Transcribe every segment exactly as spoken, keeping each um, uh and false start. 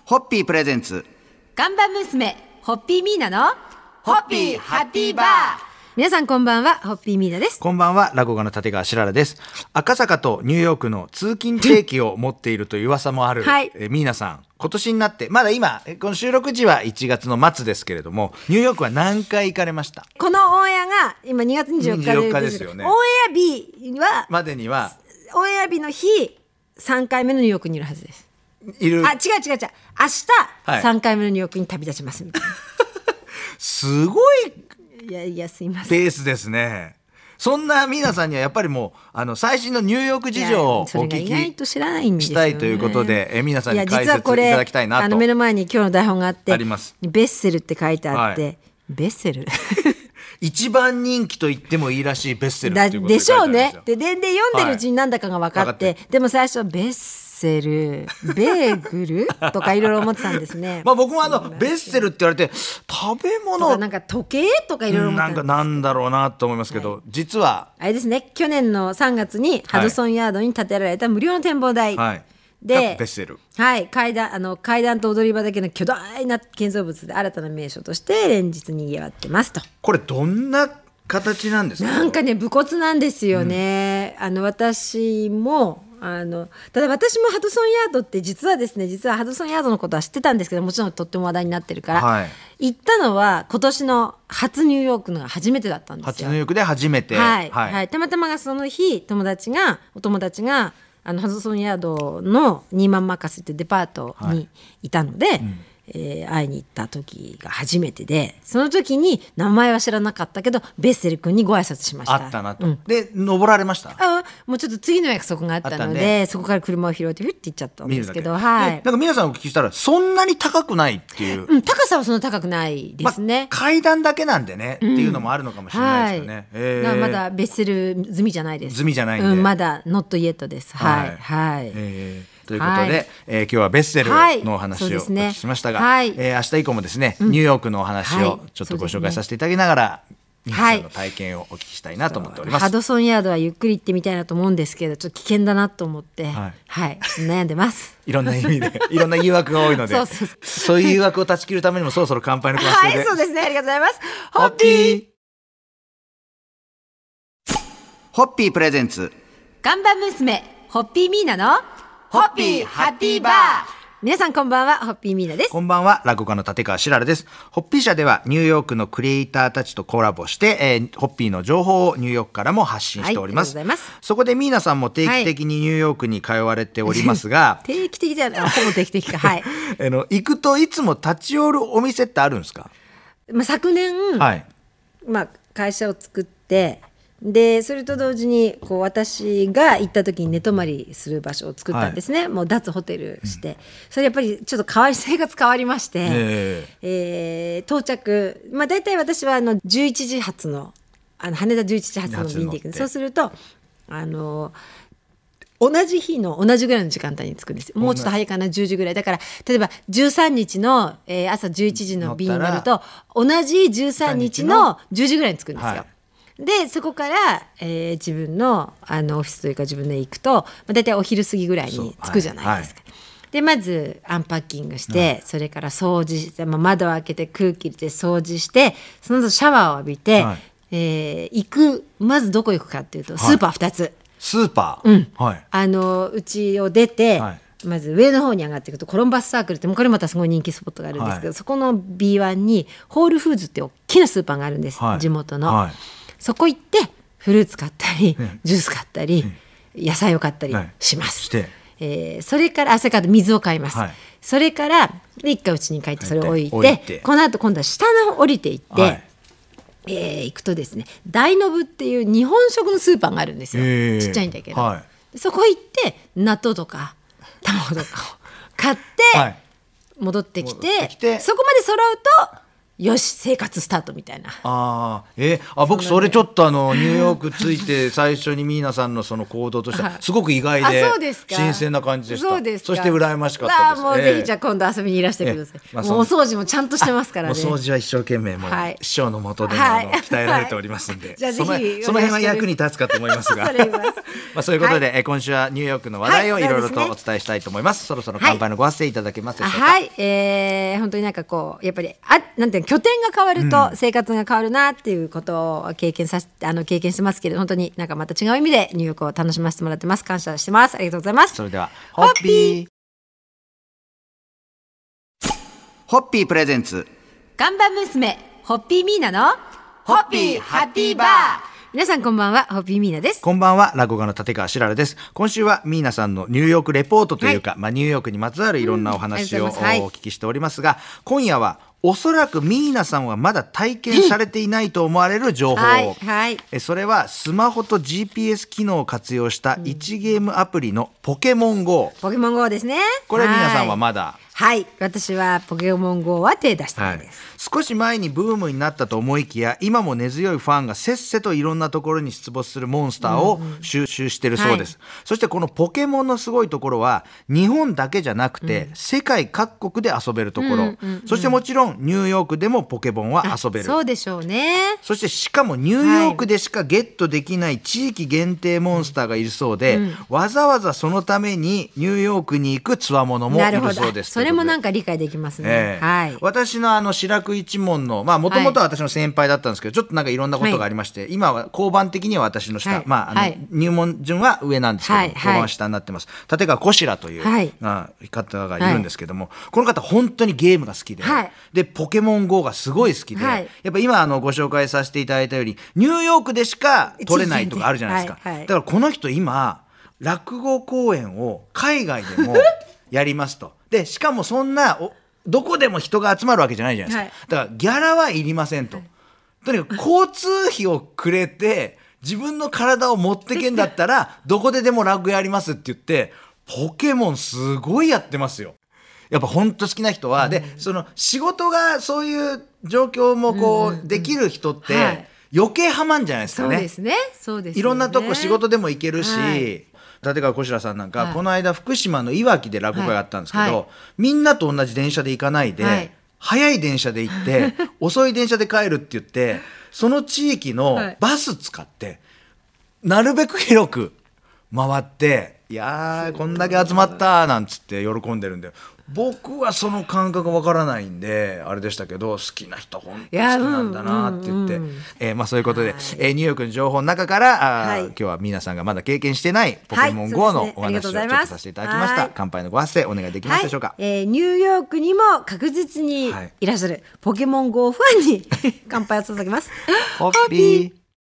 ホッピープレゼンツ看板娘ホッピーミーナのホッピーハッピーバー。 皆さんこんばんは、ホッピーミーナです。 こんばんは、落語家の立川しららです。赤坂とニューヨークの通勤定期を持っているという噂もある、 はい、 えミーナさん、今年になってまだ今この収録時はいちがつの末ですけれども、ニューヨークは何回行かれました？ このオンエアが今にがつにじゅうよっか で, にじゅうよっかですよね。 オンエア日はまでにはオンエア日の日さんかいめのニューヨークにいるはずです。 いる。 あ、違う違う違う、明日、はい、さんかいめのニューヨークに旅立ちますみたいなすごいいやいやすいません、 ペースですね。そんな皆さんにはやっぱりもうあの最新のニューヨーク事情をお聞きしたいということで、え皆さんに解説いただきたいなと。 あの目の前に今日の台本があってあります。 ベッセルって書いてあって、はい、ベッセル一番人気と言ってもいいらしいベッセルっていうことででしょうね。ででで読んでるうちになんだかが分かって、はい、でも最初はベッセルベーグルとかいろいろ思ってたんですねまあ僕もあのベッセルって言われて食べ物とかなんか時計とかいろいろ思ってたんです。 なんかなんだろうなと思いますけど、はい、実はあれですね、去年のさんがつにハドソンヤードに建てられた無料の展望台、はい、でベッセル、 はい、階段あの階段と踊り場だけの巨大な建造物で新たな名所として連日にぎわってますと。 これどんな形なんですか？ なんかね武骨なんですよね、うん、あの私もあのただ私もハドソンヤードって実はですね実はハドソンヤードのことは知ってたんですけど、もちろんとっても話題になってるから、はい、行ったのは今年の初ニューヨークのが初めてだったんですよ。 初ニューヨークで初めて、 はいはいはい、たまたまがその日友達がお友達があのハドソンヤードのニーマンマーカスってデパートにいたので、はい、うんえー、会いに行った時が初めてで、その時に名前は知らなかったけどベッセル君にご挨拶しました。 あったなと、うん、で登られました？ あ、もうちょっと次の約束があったのでそこから車を拾ってフッて行っちゃったんですけど、はい、 なんか皆さんお聞きしたらそんなに高くないっていう、 うん、高さはそんな高くないですね、まあ、 階段だけなんでね、うん、っていうのもあるのかもしれないですよね、はいえー、 まだベッセル済みじゃないです。 済みじゃないんで、 うん、まだノットイエットです。はいはい、 えーということで、はいえー、今日はベッセルのお話をお聞きしましたが、はいねはいえー、明日以降もですね、うん、ニューヨークのお話をちょっとご紹介させていただきながら、はい、皆さんの体験をお聞きしたいなと思っております。 ハドソンヤードはゆっくり行ってみたいなと思うんですけど、ちょっと危険だなと思って、はいはい、悩んでますいろんな意味でいろんな誘惑が多いのでそうそうそうそういう誘惑を断ち切るためにもそろそろ乾杯のコースで、 はいそうですね、ありがとうございます。 ホッピーホッピープレゼンツ看板娘ホッピーミーナのホッピーハッピーバー。 皆さんこんばんは、ホッピーミーナです。 こんばんは、落語家の立川しららです。ホッピー社ではニューヨークのクリエイターたちとコラボして、えー、ホッピーの情報をニューヨークからも発信しております、はい、ありがとうございます。そこでミーナさんも定期的にニューヨークに通われておりますが、 はい、定期的じゃない、ほぼ定期的かはいあの行くといつも立ち寄るお店ってあるんですか？ まあ、昨年、はいまあ、会社を作ってでそれと同時にこう私が行った時に寝泊まりする場所を作ったんですね、はい、もう脱ホテルして、うん、それやっぱりちょっと変わり生活変わりまして、えーえー、到着、まあ、大体私はあのじゅういちじ発の、あの羽田じゅういちじ発の便で行くんで、そうするとあの同じ日の同じぐらいの時間帯に着くんですよ。もうちょっと早いかな、じゅうじぐらいだから、例えばじゅうさんにちの、えー、朝じゅういちじの便に乗ると同じじゅうさんにちのじゅうじぐらいに着くんですよ、はい、でそこから、えー、自分 の, あのオフィスというか自分で行くと、まあ、大体お昼過ぎぐらいに着くじゃないですか、はいはい、でまずアンパッキングして、うん、それから掃除して、まあ、窓を開けて空気入れて掃除して、その後シャワーを浴びて、はいえー、行くまずどこ行くかっていうとスーパーふたつ、はい、 スーパー、 うんはい、あのうちを出て、はい、まず上の方に上がっていくとコロンバスサークルって、もうこれまたすごい人気スポットがあるんですけど、はい、そこの ビーワン にホールフーズって大きなスーパーがあるんです、はい、地元の、はい、そこ行ってフルーツ買ったり、うん、ジュース買ったり、うん、野菜を買ったりします、はいえー、それからそれから水を買います、はい、それからで一回うちに帰ってそれを置いて、置いてこの後今度は下の降りていって、はいえー、行くとですね、大ノブっていう日本食のスーパーがあるんですよ、えー、ちっちゃいんだけど、はい、そこ行って納豆とか卵とかを買って戻ってきて、はい、そこまで揃うとよし生活スタートみたいな。 あえあ僕それちょっとあのニューヨーク着いて最初にミーナさんのその行動としてはすごく意外で新鮮な感じでした。 そ, うですそして羨ましかったです。 もうぜひじゃあ今度遊びにいらしてください、えーまあ、もうお掃除もちゃんとしてますからね。お掃除は一生懸命もう、はい、師匠の下でも、はい、鍛えられておりますんで、はい、じゃあぜひその辺は役に立つかと思いますがそまあそういうことで、はい、今週はニューヨークの話題をいろいろとお伝えしたいと思います、はい、そろそろ乾杯のご発声いただけますでしょうか。 はい、えー、本当になんかこうやっぱりあなんていう拠点が変わると生活が変わるなっていうことを経験させあの経験してますけれど、本当になんかまた違う意味でニューヨークを楽しませてもらってます。感謝してます。ありがとうございます。 それではホッピーホッピープレゼンツ看板娘ホッピーミーナのホッピーハッピーバー。 皆さんこんばんは、ホッピーミーナです。 こんばんは、落語家の立川しららです。今週はミーナさんのニューヨークレポートというか、はい、まあ、ニューヨークにまつわるいろんなお話を、うん、お聞きしておりますが、今夜はおそらくミーナさんはまだ体験されていないと思われる情報を、はいはい、えそれはスマホと ジーピーエス 機能を活用したいちゲームアプリのポケモン ゴー。 ポケモン ゴー ですね。 これミーナさんはまだ、 はい、私はポケモン ゴー は手出したんです、 はい、少し前にブームになったと思いきや今も根強いファンがせっせといろんなところに出没するモンスターを収集しているそうです、うんうん、はい、そしてこのポケモンのすごいところは日本だけじゃなくて、うん、世界各国で遊べるところ、うんうんうん、そしてもちろんニューヨークでもポケモンは遊べる。 そうでしょうね。 そしてしかもニューヨークでしかゲットできない地域限定モンスターがいるそうで、うんうん、わざわざそのためにニューヨークに行くつわものもいるそうです。 それもなんか理解できますね、えーはい、 私のあの白く一門のもともとは私の先輩だったんですけど、ちょっとなんかいろんなことがありまして、はい、今は交番的には私の下、はい、まあ、あの、はい、入門順は上なんですけど、はい、交番は下になってます、立川こしらという、はい、方がいるんですけども、はい、この方本当にゲームが好きで、はい、でポケモン ゴー がすごい好きで、はい、やっぱ今あのご紹介させていただいたようにニューヨークでしか取れないとかあるじゃないですか、はいはい、だからこの人今落語公演を海外でもやりますとでしかもそんなおどこでも人が集まるわけじゃないじゃないですか、はい、だからギャラはいりませんと、はい、とにかく交通費をくれて自分の体を持ってけんだったらどこででも落語やりますって言ってポケモンすごいやってますよ。やっぱ本当好きな人は、うん、でその仕事がそういう状況もこう、うんうんうん、できる人って、はい、余計ハマんじゃないですかね。 そうですね、そうですよね。 いろんなとこ仕事でも行けるし、はい、立川こしらさんなんか、はい、この間福島のいわきで落語会があったんですけど、はいはい、みんなと同じ電車で行かないで、はい、早い電車で行って遅い電車で帰るって言ってその地域のバス使って、はい、なるべく広く回っていやーこんだけ集まったなんつって喜んでるんで、僕はその感覚わからないんであれでしたけど好きな人本当好きなんだなって言って、うんうんうんえーまあ、そういうことで、はいえー、ニューヨークの情報の中からあ、はい、今日は皆さんがまだ経験してないポケモン ゴー のお話をちょっとさせていただきました。乾杯のご発声お願いできますでしょうか。 はいえー、ニューヨークにも確実にいらっしゃるポケモン ゴー ファンに乾杯を捧げます。 ホッピ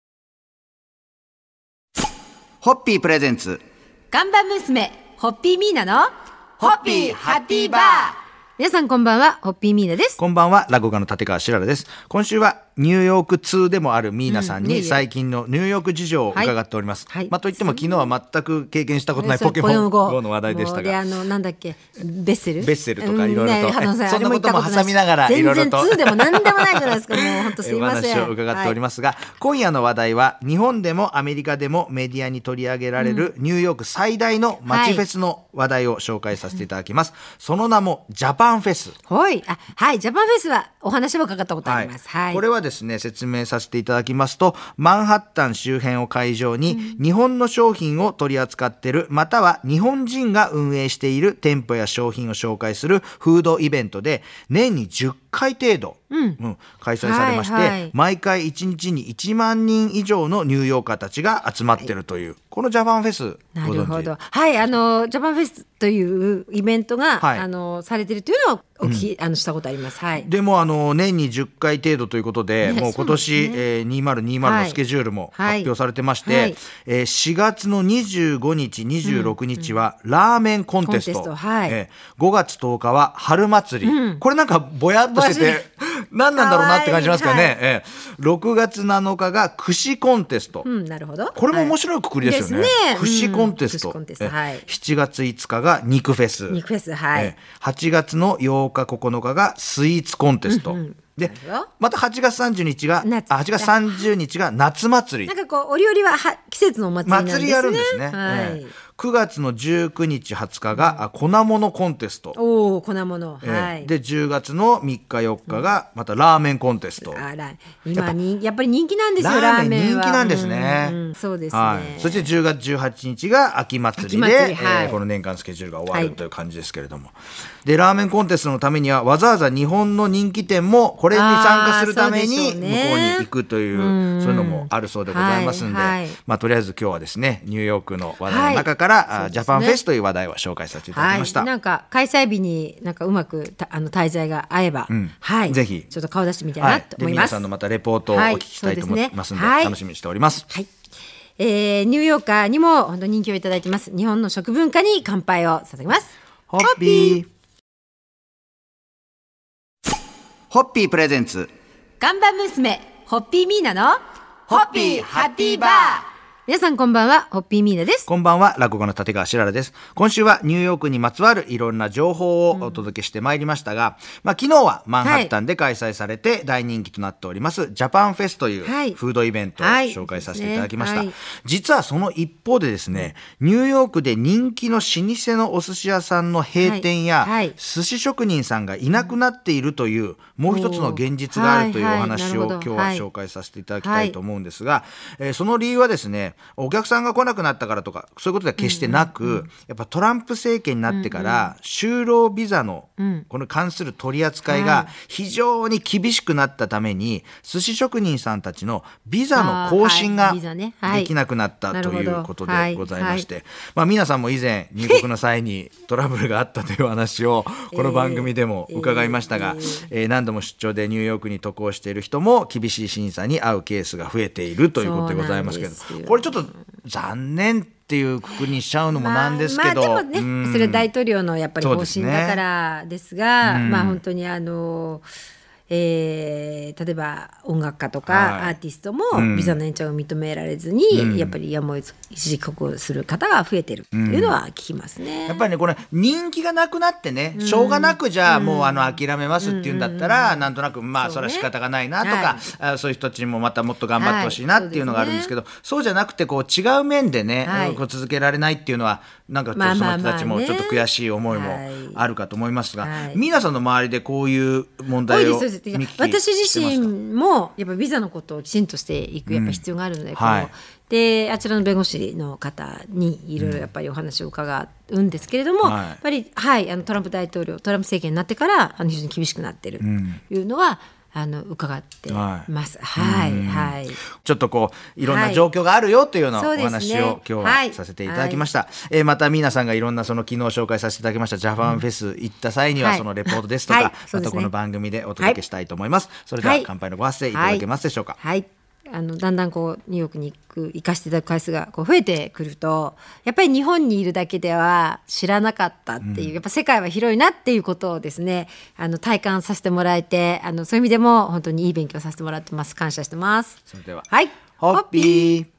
ーホッピープレゼンツ看板娘ホッピーミーナのホッピーハッピーバー。 皆さんこんばんは、ホッピーミーナです。 こんばんは、落語家の立川しららです。今週はニューヨーク通でもあるミーナさんに最近のニューヨーク事情を伺っております、はいはいまあ、といっても昨日は全く経験したことないポケモン ゴー の話題でしたが、 であのなんだっけベッセルベッセルとかいろいろと、うんね、そんなことも挟みながらいろいろと全然通でも何でもないじゃないですか。もう本当すいません。 お話を伺っておりますが、はい、今夜の話題は日本でもアメリカでもメディアに取り上げられるニューヨーク最大の街フェスの話題を紹介させていただきます、はい、その名もジャパンフェス。 はいあはいジャパンフェスはお話も伺ったことあります、 はいはい、 これはですね説明させていただきますと、マンハッタン周辺を会場に日本の商品を取り扱っている、または日本人が運営している店舗や商品を紹介するフードイベントで年にじゅっかい程度、うんうん、開催されまして、はいはい、毎回いちにちにいちまんにん以上のニューヨーカーたちが集まっているという、はい、このジャパンフェスなるほど、はい、あのジャパンフェスというイベントが、はい、あのされているというのをお聞き、うん、あのしたことあります、はい、 でもあの年にじゅっかい程度ということで、ね、もう今年、ねえー、にせんにじゅうのスケジュールも発表されてまして、はいはいえー、しがつのにじゅうごにちにじゅうろくにちはラーメンコンテスト、うんうんはいえー、ごがつとおかは春祭り、うん、これなんかぼやっとしてて何なんだろうなって感じますからね、はいえー、ろくがつなのかが串コンテスト、うん、なるほどこれも面白いくくりですよね、はい、串コンテスト、うん、えーはい、しちがついつかが肉フェス、 肉フェス、はいえー、はちがつのようかここのかがスイーツコンテスト、うんうんでまたはちがつさんじゅうにちがあはちがつさんじゅうにちが夏祭り。 なんかこう折々はは季節のお祭りなんですね。 祭りやるんですね。はい、えーくがつのじゅうくにちはつかが粉物コンテスト。 おお、粉物、 えーはい。 でじゅうがつのみっかよっかがまたラーメンコンテスト。 あら今にやっぱり人気なんですよ。 ラーメンラーメンは人気なんですね。 うんうん、そうですね。 はい、そしてじゅうがつじゅうはちにちが秋祭りで、 秋祭り、はい、 えー、この年間スケジュールが終わるという感じですけれども、はい、でラーメンコンテストのためにはわざわざ日本の人気店もこれに参加するために向こうに行くという、そういうのもあるそうでございますんで、はいはい、まあ、とりあえず今日はですねニューヨークの話題の中から、はい、ジャパンフェスという話題を紹介させていただきました。 はい、なんか開催日になんかうまくあの滞在が合えば、うん、はい、ぜひちょっと顔出してみたいなと思います。はい、で皆さんのまたレポートをお聞きしたいと思いますので、はい、楽しみにしております。 はい、えー、ニューヨーカーにも本当人気をいただいてます。日本の食文化に乾杯を捧げます。 ホッピーホッピープレゼンツ看板娘ホッピーミーナのホッピーハッピーバー。 皆さんこんばんは、ホッピーミーナです。 こんばんは、落語家の立川しららです。今週はニューヨークにまつわるいろんな情報をお届けしてまいりましたが、うん、まあ、昨日はマンハッタンで開催されて大人気となっております、はい、ジャパンフェスというフードイベントを紹介させていただきました。はいはい、実はその一方でですね、ニューヨークで人気の老舗のお寿司屋さんの閉店や、はいはい、寿司職人さんがいなくなっているというもう一つの現実があるというお話を今日は紹介させていただきたいと思うんですが、えー、その理由はですね、お客さんが来なくなったからとかそういうことでは決してなく、うんうんうん、やっぱトランプ政権になってから、うんうん、就労ビザのこの関する取り扱いが非常に厳しくなったために、寿司職人さんたちのビザの更新ができなくなったということでございまして、まあ、皆さんも以前入国の際にトラブルがあったという話をこの番組でも伺いましたが、えーえーえー、何度も出張でニューヨークに渡航している人も厳しい審査に遭うケースが増えているということでございますけど、これちょっと残念っていうくくりにしちゃうのもなんですけど、 まあ、まあでもね、それは大統領のやっぱり方針だからですが、まあ本当にあのえー、例えば音楽家とか、はい、アーティストもビザの延長を認められずに、うん、やっぱりやむを一時帰国する方が増えてるっていうのは聞きますね。 うん、やっぱりね、これ人気がなくなってね、うん、しょうがなくじゃあもうあの諦めますっていうんだったら、うん、なんとなくまあそれは仕方がないなとか、はい、そういう人たちにもまたもっと頑張ってほしいなっていうのがあるんですけど、はい、そうですね、そうじゃなくてこう違う面でね、はい、こう続けられないっていうのはなんかその人たちもちょっと悔しい思いもあるかと思いますが、はい、皆さんの周りでこういう問題を見聞き私自身もやっぱビザのことをきちんとしていくやっぱ必要があるので、うん、はい、であちらの弁護士の方にいろいろやっぱりお話を伺うんですけれども、うん、はい、やっぱり、はい、あのトランプ大統領トランプ政権になってからあの非常に厳しくなってるというのは、うん、あの伺ってます。はい、はいはい、 ちょっとこういろんな状況があるよというようなお話を今日はさせていただきました。はいはい、えー、また皆さんがいろんなその昨日紹介させていただきましたジャパンフェス行った際にはそのレポートですとか、はいはい、またこの番組でお届けしたいと思います。はい、それでは乾杯のご発声いただけますでしょうか。 はいはい、あのだんだんこうニューヨークに行く行かせていただく回数がこう増えてくるとやっぱり日本にいるだけでは知らなかったっていう、うん、やっぱ世界は広いなっていうことをですねあの体感させてもらえてあのそういう意味でも本当にいい勉強させてもらってます。感謝してます。 それでは、 はい、 ホッピー。